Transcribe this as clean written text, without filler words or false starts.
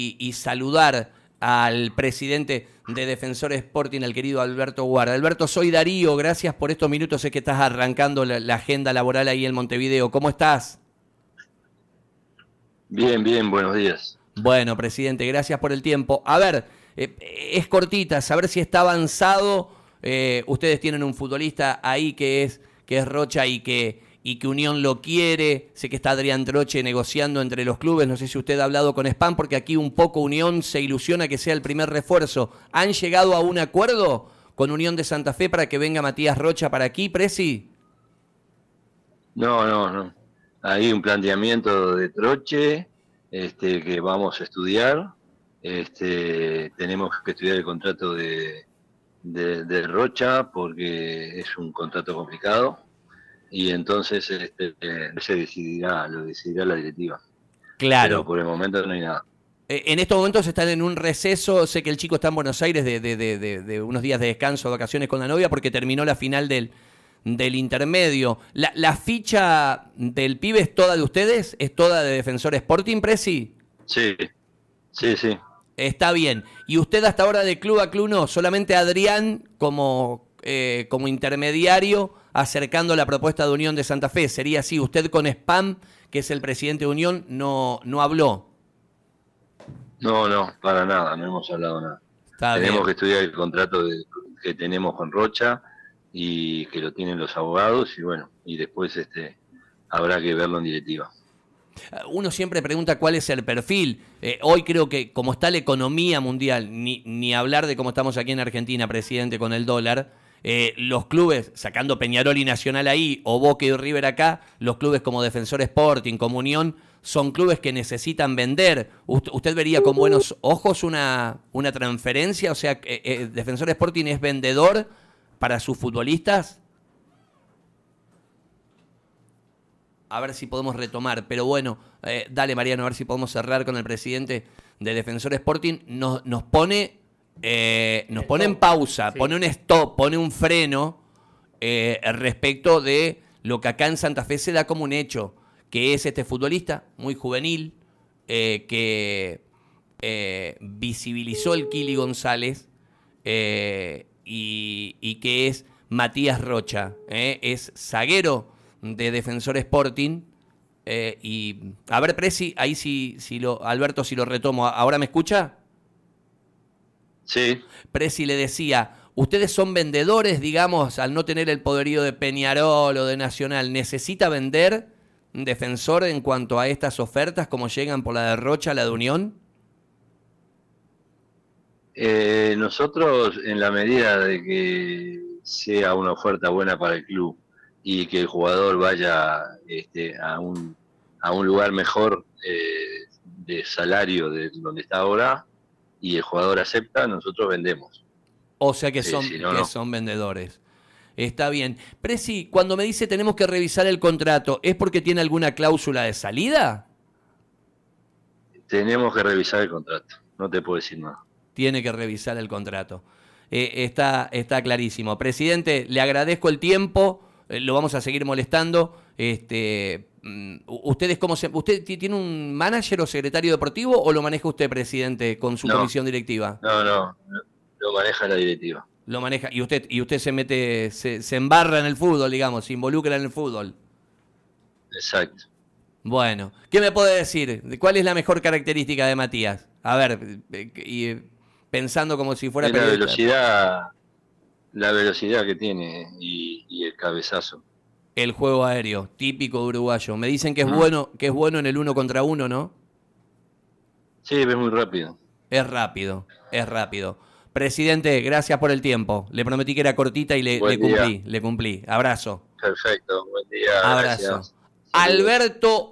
y saludar al presidente de Defensor Sporting, al querido Alberto Guarda. Alberto, soy Darío, gracias por estos minutos. Sé que estás arrancando la agenda laboral ahí en Montevideo. ¿Cómo estás? Bien, bien, buenos días. Bueno, presidente, gracias por el tiempo. A ver, es cortita, saber si está avanzado. Ustedes tienen un futbolista ahí que es Rocha y que Unión lo quiere. Sé que está Adrián Troche negociando entre los clubes. No sé si usted ha hablado con Spam, porque aquí un poco Unión se ilusiona que sea el primer refuerzo. ¿Han llegado a un acuerdo con Unión de Santa Fe para que venga Matías Rocha para aquí, Presi? No. Hay un planteamiento de Troche que vamos a estudiar. Tenemos que estudiar el contrato de Rocha porque es un contrato complicado y entonces lo decidirá la directiva. Pero Claro. por el momento no hay nada. En estos momentos están en un receso. Sé que el chico está en Buenos Aires de unos días de descanso, vacaciones con la novia, porque terminó la final del intermedio. ¿La ficha del pibe es toda de ustedes? ¿Es toda de Defensor Sporting, Presi? Sí. Está bien. ¿Y usted hasta ahora de club a club no? Solamente Adrián como intermediario acercando la propuesta de Unión de Santa Fe. ¿Sería así? ¿Usted con Spam, que es el presidente de Unión, no habló? No, para nada, no hemos hablado nada. Está Tenemos bien. que estudiar el contrato que tenemos con Rocha y que lo tienen los abogados y bueno, y después habrá que verlo en directiva. Uno siempre pregunta cuál es el perfil. Hoy creo que como está la economía mundial, ni hablar de cómo estamos aquí en Argentina, presidente, con el dólar, los clubes, sacando Peñarol y Nacional ahí, o Boca y River acá, los clubes como Defensor Sporting, como Unión, son clubes que necesitan vender. ¿Usted vería con buenos ojos una transferencia? O sea, ¿Defensor Sporting es vendedor para sus futbolistas? A ver si podemos retomar, pero bueno, dale Mariano, a ver si podemos cerrar con el presidente de Defensor Sporting. Nos pone en pausa, sí. Pone un stop, pone un freno respecto de lo que acá en Santa Fe se da como un hecho, que es este futbolista muy juvenil, que visibilizó el Kili González y que es Matías Rocha, es zaguero de Defensor Sporting. Y a ver, Presi, ahí Alberto, si lo retomo, ¿ahora me escucha? Sí. Presi le decía, ustedes son vendedores, digamos, al no tener el poderío de Peñarol o de Nacional, ¿necesita vender Defensor en cuanto a estas ofertas como llegan por la de Rocha, la de Unión? Nosotros, en la medida de que sea una oferta buena para el club y que el jugador vaya a un lugar mejor de salario de donde está ahora y el jugador acepta, nosotros vendemos. O sea que son, si no. son vendedores. Está bien. Presi, cuando me dice tenemos que revisar el contrato, ¿es porque tiene alguna cláusula de salida? Tenemos que revisar el contrato, no te puedo decir nada. Tiene que revisar el contrato. Está clarísimo. Presidente, le agradezco el tiempo. Lo vamos a seguir molestando. ¿Ustedes cómo usted tiene un manager o secretario deportivo o lo maneja usted, presidente, con su comisión directiva? No, lo maneja la directiva. Lo maneja y usted se mete, se embarra en el fútbol, digamos, se involucra en el fútbol. Exacto. Bueno, ¿qué me puede decir? ¿Cuál es la mejor característica de Matías? A ver, pensando como si fuera periodista. La velocidad que tiene y el cabezazo. El juego aéreo, típico uruguayo. Me dicen que es bueno en el 1 contra 1, ¿no? Sí, es muy rápido. Es rápido. Presidente, gracias por el tiempo. Le prometí que era cortita y le cumplí. Abrazo. Perfecto, buen día. Abrazo. Gracias. Alberto